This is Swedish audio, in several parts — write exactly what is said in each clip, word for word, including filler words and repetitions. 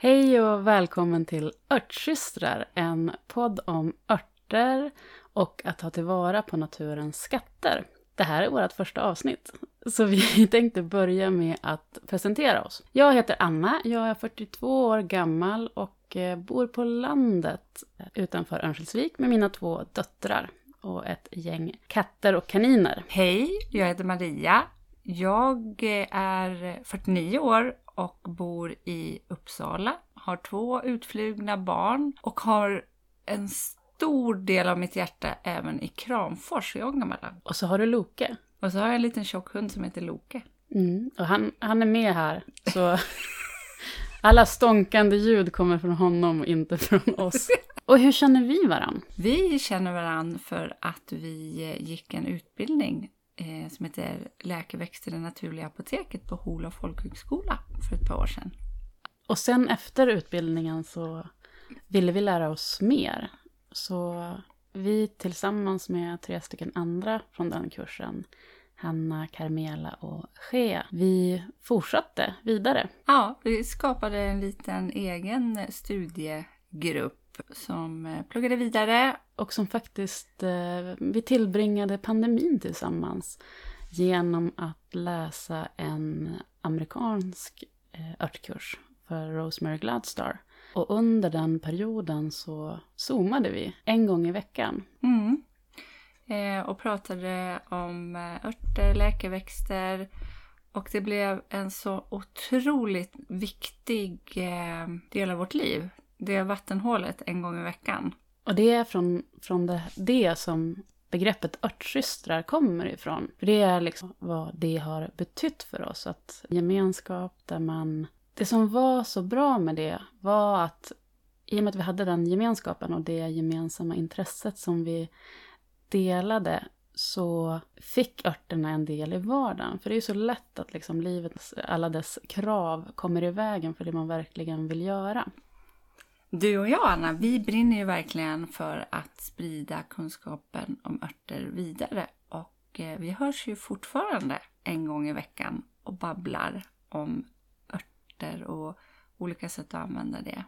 Hej och välkommen till Örtsystrar, en podd om örter och att ta tillvara på naturens skatter. Det här är vårt första avsnitt, så vi tänkte börja med att presentera oss. Jag heter Anna, jag är fyrtiotvå år gammal och bor på landet utanför Örnsköldsvik med mina två döttrar och ett gäng katter och kaniner. Hej, jag heter Maria. Jag är fyrtionio år och bor i Uppsala. Har två utflugna barn och har en stor del av mitt hjärta även i Kramfors i Ångermanland. Och så har du Loke. Och så har jag en liten tjock hund som heter Loke. Mm, och han, han är med här, så alla stånkande ljud kommer från honom och inte från oss. Och hur känner vi varann? Vi känner varann för att vi gick en utbildning eh, som heter Läkeväxter i det naturliga apoteket på Hola folkhögskola för ett par år sedan. Och sen efter utbildningen så ville vi lära oss mer. Så vi tillsammans med tre stycken andra från den kursen, Hanna, Carmela och Shea, vi fortsatte vidare. Ja, vi skapade en liten egen studiegrupp som pluggade vidare. Och som faktiskt, eh, vi tillbringade pandemin tillsammans genom att läsa en amerikansk eh, örtkurs för Rosemary Gladstar. Och under den perioden så zoomade vi en gång i veckan. Mm. Eh, och pratade om örter, läkeväxter. Och det blev en så otroligt viktig eh, del av vårt liv. Det är vattenhålet en gång i veckan. Och det är från, från det, det som begreppet örtsystrar kommer ifrån. För det är liksom vad det har betytt för oss. Att gemenskap där man... Det som var så bra med det var att i och med att vi hade den gemenskapen och det gemensamma intresset som vi delade, så fick örterna en del i vardagen. För det är ju så lätt att liksom livet, alla dess krav kommer i vägen för det man verkligen vill göra. Du och jag, Anna, vi brinner ju verkligen för att sprida kunskapen om örter vidare. Och eh, vi hörs ju fortfarande en gång i veckan och babblar om örter och olika sätt att använda det.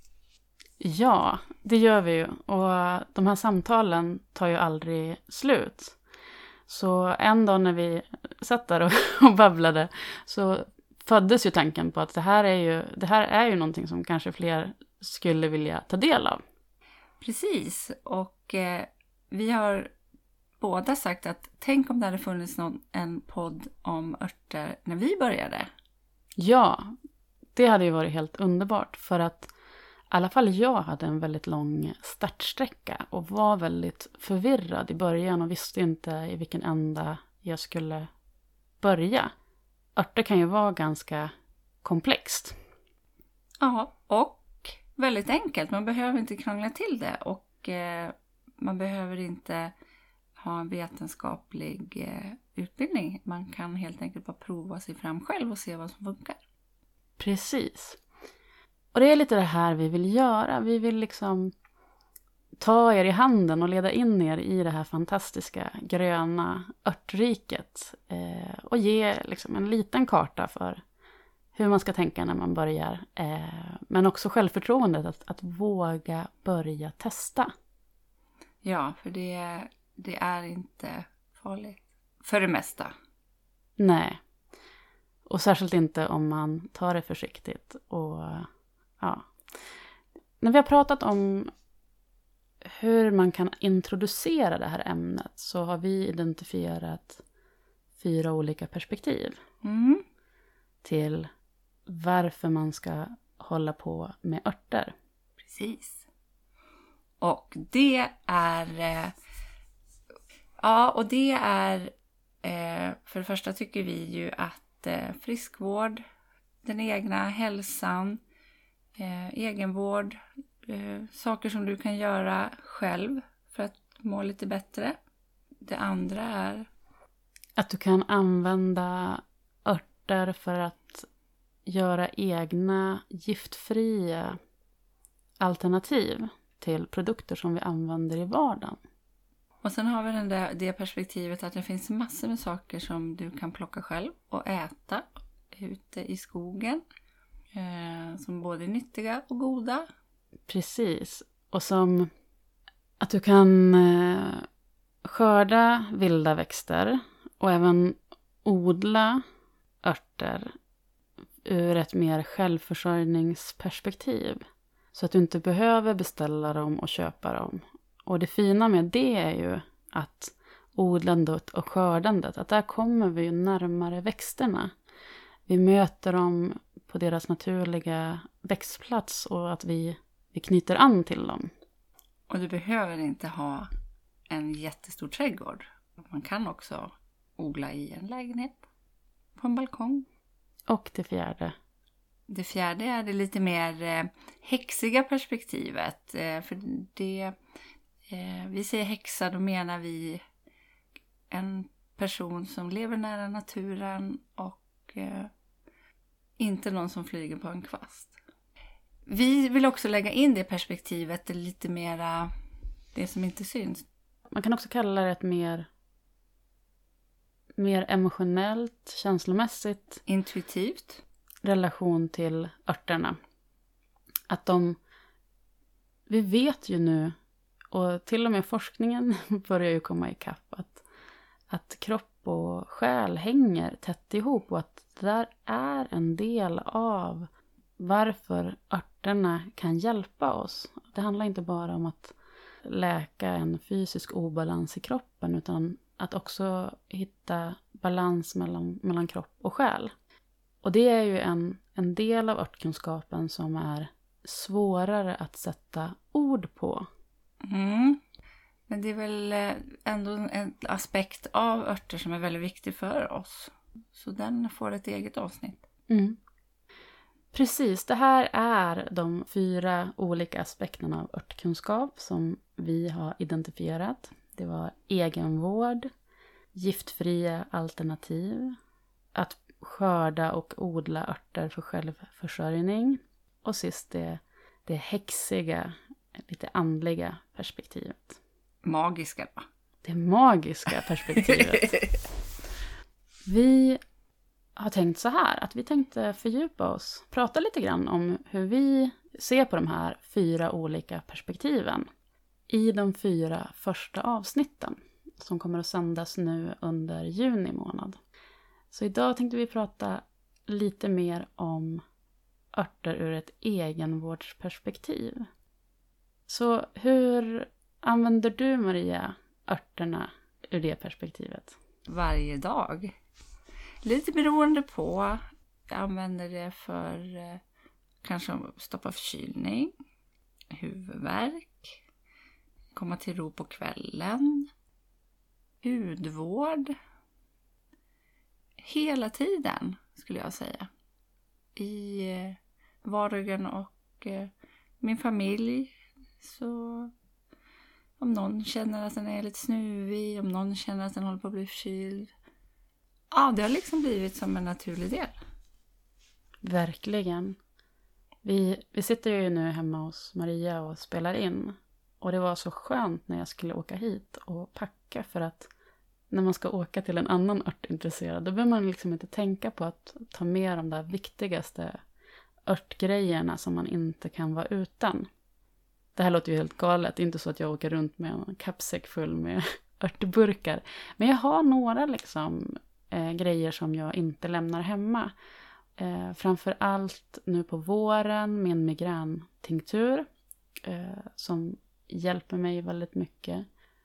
Ja, det gör vi ju. Och de här samtalen tar ju aldrig slut. Så en dag när vi satt där och, och babblade så föddes ju tanken på att det här är ju, det här är ju någonting som kanske fler skulle vilja ta del av. Precis, och eh, vi har båda sagt att tänk om det hade funnits någon, en podd om örter när vi började. Ja, det hade ju varit helt underbart för att i alla fall jag hade en väldigt lång startsträcka och var väldigt förvirrad i början och visste inte i vilken ända jag skulle börja. Örter kan ju vara ganska komplext. Ja, och väldigt enkelt. Man behöver inte krångla till det och eh, man behöver inte ha en vetenskaplig eh, utbildning. Man kan helt enkelt bara prova sig fram själv och se vad som funkar. Precis. Och det är lite det här vi vill göra. Vi vill liksom ta er i handen och leda in er i det här fantastiska gröna örtriket. Eh, och ge liksom en liten karta för hur man ska tänka när man börjar. Eh, men också självförtroendet att, att våga börja testa. Ja, för det, det är inte farligt. För det mesta. Nej. Och särskilt inte om man tar det försiktigt. Och ja. När vi har pratat om hur man kan introducera det här ämnet så har vi identifierat fyra olika perspektiv. Mm. Till varför man ska hålla på med örter. Precis. Och det är... Eh, ja, och det är... Eh, för det första tycker vi ju att eh, friskvård, den egna hälsan, eh, egenvård, eh, saker som du kan göra själv för att må lite bättre. Det andra är... Att du kan använda örter för att göra egna giftfria alternativ till produkter som vi använder i vardagen. Och sen har vi den där, det perspektivet att det finns massor med saker som du kan plocka själv och äta ute i skogen. Eh, som både är nyttiga och goda. Precis. Och som att du kan eh, skörda vilda växter och även odla örter ur ett mer självförsörjningsperspektiv. Så att du inte behöver beställa dem och köpa dem. Och det fina med det är ju att odlandet och skördandet, att där kommer vi ju närmare växterna. Vi möter dem på deras naturliga växtplats och att vi, vi knyter an till dem. Och du behöver inte ha en jättestor trädgård. Man kan också odla i en lägenhet, på en balkong. Och det fjärde. Det fjärde är det lite mer eh, häxiga perspektivet. Eh, för det, eh, vi säger häxa, då menar vi en person som lever nära naturen och eh, inte någon som flyger på en kvast. Vi vill också lägga in det perspektivet, det lite mera, det som inte syns. Man kan också kalla det ett mer, mer emotionellt, känslomässigt, intuitivt relation till örterna. Att de, vi vet ju nu, och till och med forskningen börjar ju komma ikapp, att, att kropp och själ hänger tätt ihop och att det där är en del av varför örterna kan hjälpa oss. Det handlar inte bara om att läka en fysisk obalans i kroppen utan att också hitta balans mellan, mellan kropp och själ. Och det är ju en, en del av örtkunskapen som är svårare att sätta ord på. Mm. Men det är väl ändå en aspekt av örter som är väldigt viktig för oss. Så den får ett eget avsnitt. Mm. Precis, det här är de fyra olika aspekterna av örtkunskap som vi har identifierat. Det var egenvård, giftfria alternativ, att skörda och odla örter för självförsörjning och sist det, det häxiga, lite andliga perspektivet. Magiska då? Det magiska perspektivet. Vi har tänkt så här, att vi tänkte fördjupa oss, prata lite grann om hur vi ser på de här fyra olika perspektiven i de fyra första avsnitten som kommer att sändas nu under juni månad. Så idag tänkte vi prata lite mer om örter ur ett egenvårdsperspektiv. Så hur använder du, Maria, örterna ur det perspektivet? Varje dag. Lite beroende på. Jag använder det för eh, kanske stoppa förkylning, huvudvärk, komma till ro på kvällen, hudvård. Hela tiden skulle jag säga. I eh, vardagen och eh, min familj. Så om någon känner att den är lite snuvig, om någon känner att den håller på att bli förkyld. Ja, det har liksom blivit som en naturlig del. Verkligen. Vi, vi sitter ju nu hemma hos Maria och spelar in. Och det var så skönt när jag skulle åka hit och packa för att när man ska åka till en annan örtintresserad då behöver man liksom inte tänka på att ta med de där viktigaste örtgrejerna som man inte kan vara utan. Det här låter ju helt galet. Det är inte så att jag åker runt med en kappsäck full med örtburkar. Men jag har några liksom eh, grejer som jag inte lämnar hemma. Eh, framför allt nu på våren med en migräntinktur eh, som hjälper mig väldigt mycket.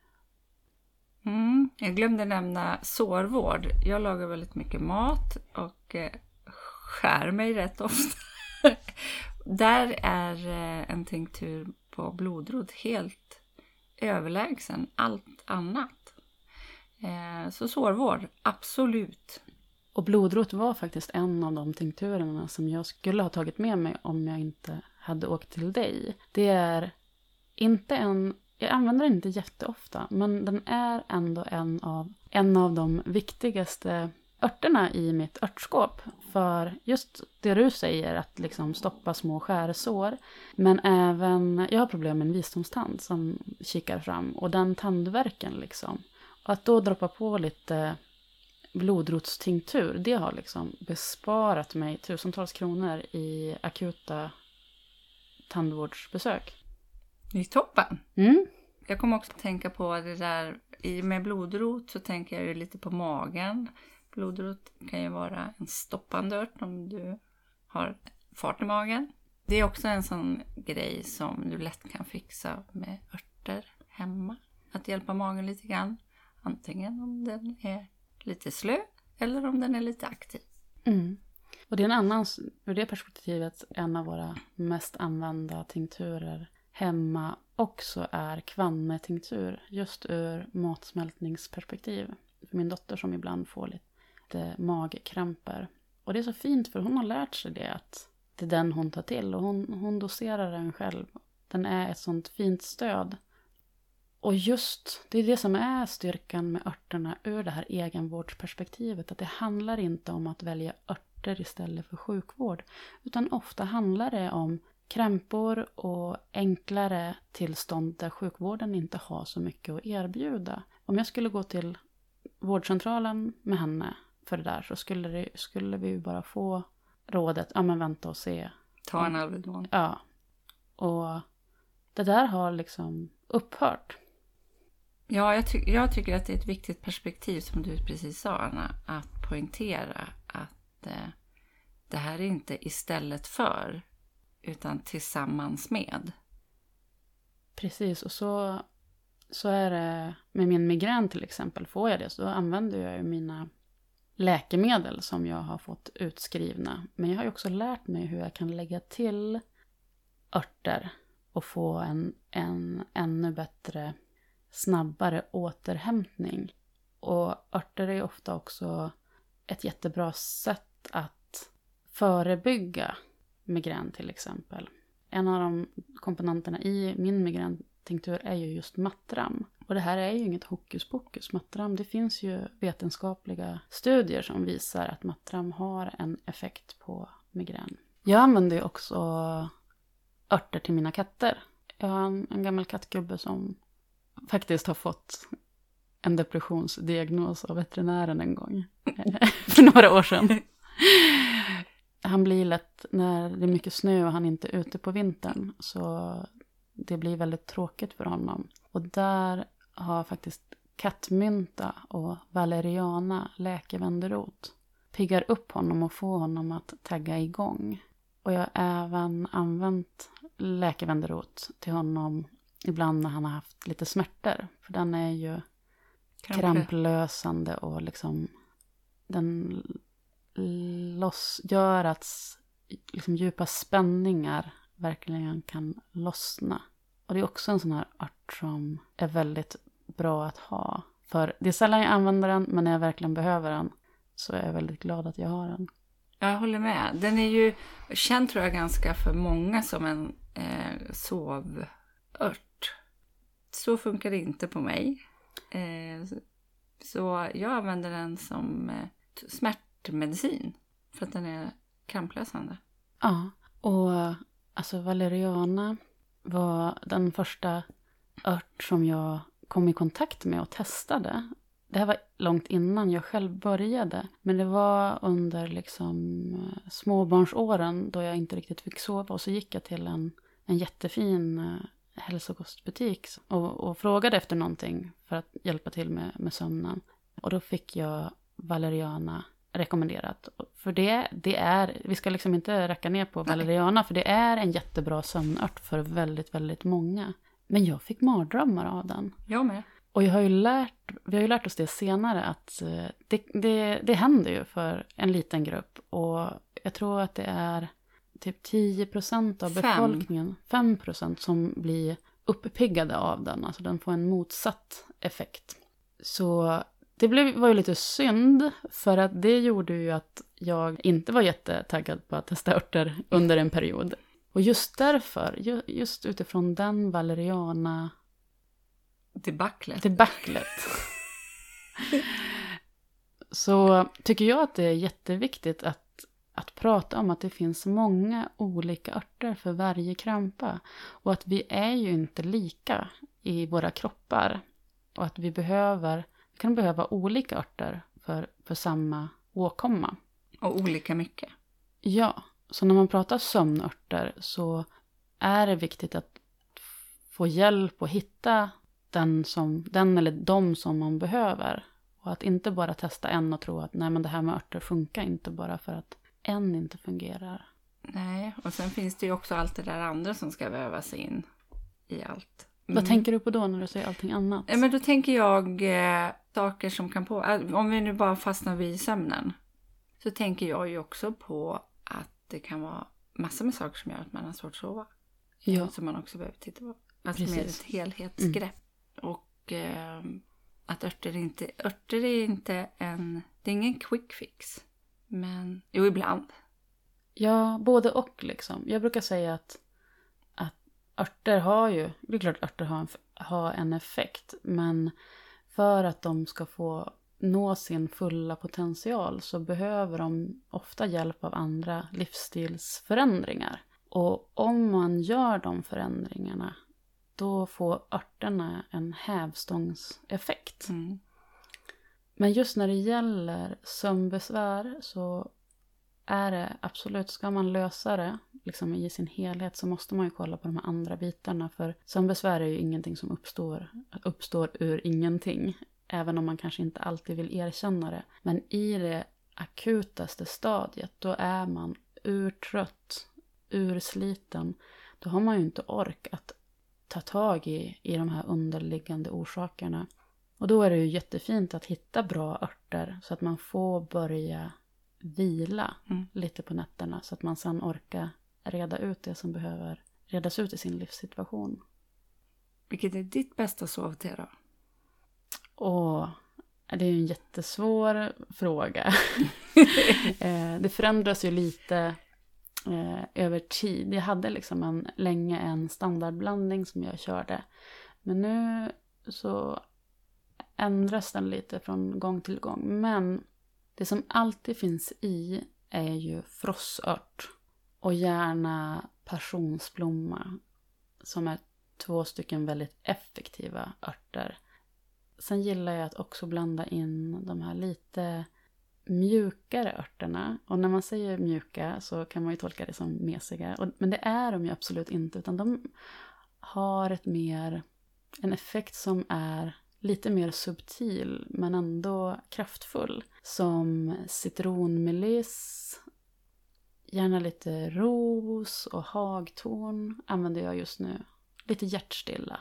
Mm, jag glömde nämna sårvård. Jag lagar väldigt mycket mat och eh, skär mig rätt ofta. Där är eh, en tinktur på blodrot helt överlägsen allt annat. Eh, så sårvård, absolut. Och blodrot var faktiskt en av de tinkturerna som jag skulle ha tagit med mig om jag inte hade åkt till dig. Det är inte en, jag använder den inte jätteofta, men den är ändå en av, en av de viktigaste örterna i mitt örtskåp. För just det du säger, att liksom stoppa små skärsår. Men även, jag har problem med en visdomstand som kikar fram. Och den tandvärken liksom. Och att då droppa på lite blodrotstinktur, det har liksom besparat mig tusentals kronor i akuta tandvårdsbesök. Det är toppen. Mm. Jag kommer också att tänka på det där, i med blodrot så tänker jag ju lite på magen. Blodrot kan ju vara en stoppande ört om du har fart i magen. Det är också en sån grej som du lätt kan fixa med örter hemma. Att hjälpa magen lite grann. Antingen om den är lite slö eller om den är lite aktiv. Mm. Och det är en annan, ur det perspektivet, en av våra mest använda tinkturer hemma också är kvannetinktur. Just ur matsmältningsperspektiv. För min dotter som ibland får lite magkramper. Och det är så fint för hon har lärt sig det, att det är den hon tar till. Och hon, hon doserar den själv. Den är ett sånt fint stöd. Och just, det är det som är styrkan med örterna ur det här egenvårdsperspektivet. Att det handlar inte om att välja örter istället för sjukvård. Utan ofta handlar det om krämpor och enklare tillstånd där sjukvården inte har så mycket att erbjuda. Om jag skulle gå till vårdcentralen med henne för det där, så skulle, det, skulle vi ju bara få rådet, ja men vänta och se. Ta en Alvedon. Ja, och det där har liksom upphört. Ja, jag, ty- jag tycker att det är ett viktigt perspektiv som du precis sa, Anna, att poängtera att eh, det här är inte istället för, utan tillsammans med. Precis, och så, så är det med min migrän till exempel. Får jag det så använder jag ju mina läkemedel som jag har fått utskrivna. Men jag har ju också lärt mig hur jag kan lägga till örter och få en, en ännu bättre, snabbare återhämtning. Och örter är ofta också ett jättebra sätt att förebygga migrän till exempel. En av de komponenterna i min migräntinktur är ju just Mattram. Och det här är ju inget hokus pokus. Mattram, det finns ju vetenskapliga studier som visar att Mattram har en effekt på migrän. Jag använder ju också örter till mina katter. Jag har en, en gammal kattgubbe som faktiskt har fått en depressionsdiagnos av veterinären en gång. För några år sedan. Han blir lätt, när det är mycket snö och han inte är ute på vintern, så det blir väldigt tråkigt för honom. Och där har faktiskt kattmynta och valeriana, läkevänderot, piggar upp honom och får honom att tagga igång. Och jag har även använt läkevänderot till honom ibland när han har haft lite smärtor. För den är ju Kramp. kramplösande och liksom den loss, gör att liksom djupa spänningar verkligen kan lossna. Och det är också en sån här art som är väldigt bra att ha. För det är sällan jag använder den, men när jag verkligen behöver den så är jag väldigt glad att jag har den. Jag håller med. Den är ju känd, tror jag, ganska för många som en eh, sovört. Så funkar det inte på mig. Eh, så jag använder den som eh, smärtmedicin för att den är kramplösande. Ja, och alltså valeriana var den första ört som jag kom i kontakt med och testade. Det här var långt innan jag själv började. Men det var under liksom småbarnsåren då jag inte riktigt fick sova. Och så gick jag till en, en jättefin hälsokostbutik och, och frågade efter någonting för att hjälpa till med, med sömnen. Och då fick jag valeriana rekommenderat. För det, det är, vi ska liksom inte räcka ner på valeriana, för det är en jättebra sömnört för väldigt, väldigt många. Men jag fick mardrömmar av den. Jag med. Och jag har ju lärt, vi har ju lärt oss det senare att det, det, det händer ju för en liten grupp. Och jag tror att det är typ tio procent av befolkningen, fem procent som blir uppiggade av den. Alltså den får en motsatt effekt. Så det blev, var ju lite synd, för att det gjorde ju att jag inte var jättetaggad på att testa örter under en period. Och just därför, just utifrån den valeriana debaclet, debaclet så tycker jag att det är jätteviktigt att, att prata om att det finns många olika örter för varje krampa. Och att vi är ju inte lika i våra kroppar. Och att vi behöver, vi kan behöva olika örter för, för samma åkomma. Och olika mycket. Ja, så när man pratar sömnörter så är det viktigt att få hjälp och hitta den, som, den eller de som man behöver. Och att inte bara testa en och tro att nej, men det här med örter funkar inte bara för att en inte fungerar. Nej, och sen finns det ju också allt det där andra som ska vävas in i allt. Mm. Vad tänker du på då när du säger allting annat? Ja, men då tänker jag eh, saker som kan på... Om vi nu bara fastnar vid sömnen. Så tänker jag ju också på att det kan vara massor med saker som gör att man har svårt att sova. Ja. Som man också behöver titta på. Alltså Precis. med ett helhetsgrepp. Mm. Och eh, att örter inte... Örter är inte en... Det är ingen quick fix. Men... Jo, ibland. Ja, både och liksom. Jag brukar säga att, att örter har ju... Det är klart att örter har en, har en effekt. Men för att de ska få nå sin fulla potential så behöver de ofta hjälp av andra livsstilsförändringar. Och om man gör de förändringarna, då får örterna en hävstångseffekt. Mm. Men just när det gäller sömnbesvär så är det absolut, ska man lösa det liksom i sin helhet så måste man ju kolla på de här andra bitarna. För sömnbesvär är ju ingenting som uppstår, uppstår ur ingenting. Även om man kanske inte alltid vill erkänna det. Men i det akutaste stadiet, då är man urtrött, ursliten. Då har man ju inte ork att ta tag i, i de här underliggande orsakerna. Och då är det ju jättefint att hitta bra örter så att man får börja vila mm. lite på nätterna. Så att man sen orkar reda ut det som behöver redas ut i sin livssituation. Vilket är ditt bästa sovte då? Åh, det är ju en jättesvår fråga. Det förändras ju lite eh, över tid. Jag hade liksom en, länge en standardblandning som jag körde. Men nu så ändras den lite från gång till gång. Men det som alltid finns i är ju frossört. Och gärna passionsblomma. Som är två stycken väldigt effektiva örter. Sen gillar jag att också blanda in de här lite mjukare örterna. Och när man säger mjuka så kan man ju tolka det som mesiga. Och, men det är de ju absolut inte. Utan de har ett mer, en effekt som är lite mer subtil men ändå kraftfull. Som citronmeliss, gärna lite ros och hagtorn använder jag just nu. Lite hjärtstilla.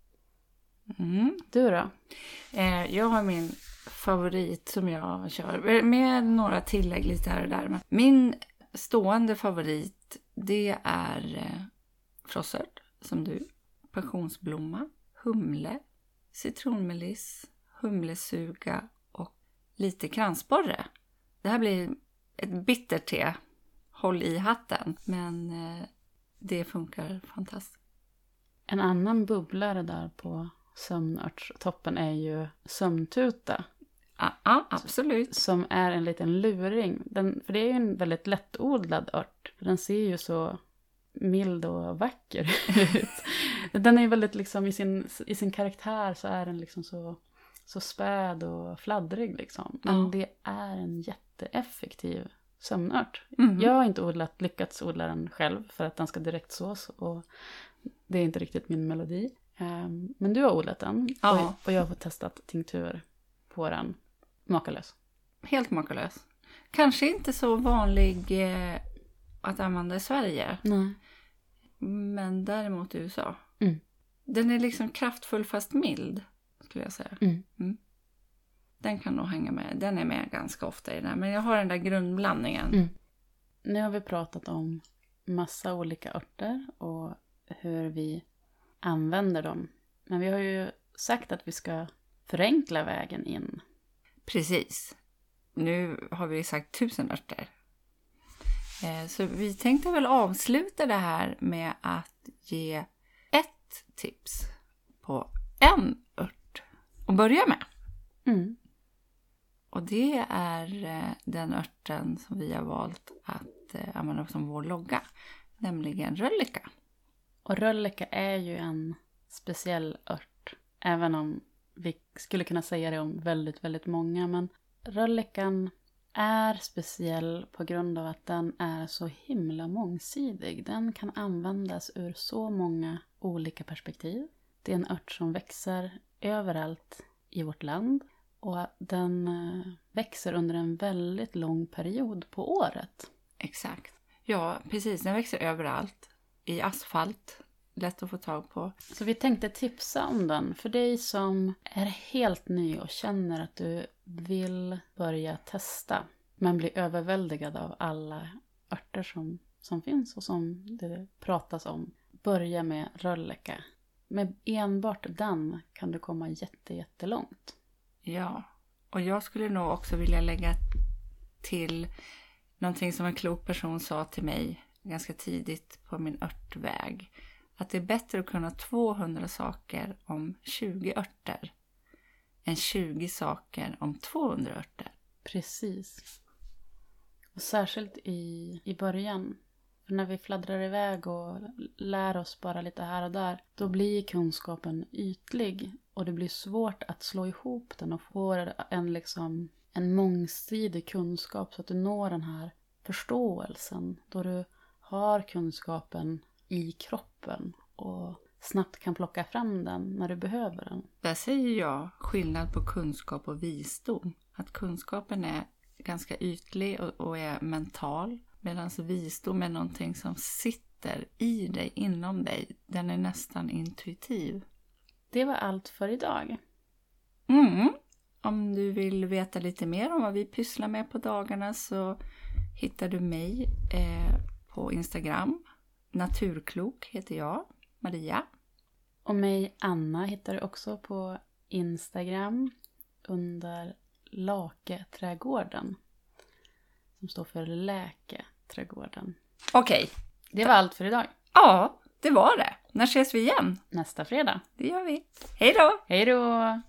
Mm. Du då? Eh, jag har min favorit som jag kör med några tillägg lite här och där. Min stående favorit det är eh, frossört som du, passionsblomma, humle, citronmeliss, humlesuga och lite kransborre. Det här blir ett bitterte. Håll i hatten. Men eh, det funkar fantastiskt. En annan bubblare där på sömnörtstoppen är ju sömntuta. Ja, ah, ah, absolut. Som är en liten luring. Den, för det är ju en väldigt lättodlad ört. Den ser ju så mild och vacker ut. Den är ju väldigt liksom i sin, i sin karaktär så är den liksom så, så späd och fladdrig liksom. Men ja. Det är en jätteeffektiv sömnört. Mm. Jag har inte odlat, lyckats odla den själv för att den ska direkt sås och det är inte riktigt min melodi. Um, men du har odlat den ja. och, och jag har fått testat tinktur på den. Makalös. Helt makalös. Kanske inte så vanlig eh, att använda i Sverige. Nej. Men däremot i U S A. Mm. Den är liksom kraftfull fast mild skulle jag säga. Mm. Mm. Den kan nog hänga med. Den är med ganska ofta i den. Men jag har den där grundblandningen. Mm. Nu har vi pratat om massa olika örter och hur vi använder dem. Men vi har ju sagt att vi ska förenkla vägen in. Precis. Nu har vi sagt tusen örter. Så vi tänkte väl avsluta det här med att ge ett tips på en ört att börja med. Mm. Och det är den örten som vi har valt att använda som vår logga. Nämligen röllika. Och röllika är ju en speciell ört. Även om vi skulle kunna säga det om väldigt, väldigt många. Men röllikan är speciell på grund av att den är så himla mångsidig. Den kan användas ur så många olika perspektiv. Det är en ört som växer överallt i vårt land. Och den växer under en väldigt lång period på året. Exakt. Ja, precis. Den växer överallt. I asfalt. Lätt att få tag på. Så vi tänkte tipsa om den. För dig som är helt ny och känner att du vill börja testa. Men blir överväldigad av alla örter som, som finns och som det pratas om. Börja med rölleka. Med enbart den kan du komma jätte, jättelångt. Ja, och jag skulle nog också vilja lägga till någonting som en klok person sa till mig ganska tidigt på min örtväg. Att det är bättre att kunna tvåhundra saker om tjugo örter än tjugo saker om tvåhundra örter. Precis. Och särskilt i, i början. För när vi fladdrar iväg och lär oss bara lite här och där, då blir kunskapen ytlig. Och det blir svårt att slå ihop den och få en, liksom, en mångsidig kunskap så att du når den här förståelsen. Då du har kunskapen i kroppen och snabbt kan plocka fram den när du behöver den. Där säger jag skillnad på kunskap och visdom. Att kunskapen är ganska ytlig och, och är mental. Medan visdom är någonting som sitter i dig, inom dig. Den är nästan intuitiv. Det var allt för idag. Mm. Om du vill veta lite mer om vad vi pysslar med på dagarna så hittar du mig eh, på Instagram. Naturklok heter jag, Maria. Och mig, Anna, hittar du också på Instagram under Laketrädgården. Som står för Läketrädgården. Okej. Okay. Det var allt för idag. Ja, det var det. När ses vi igen? Nästa fredag. Det gör vi. Hej då! Hej då!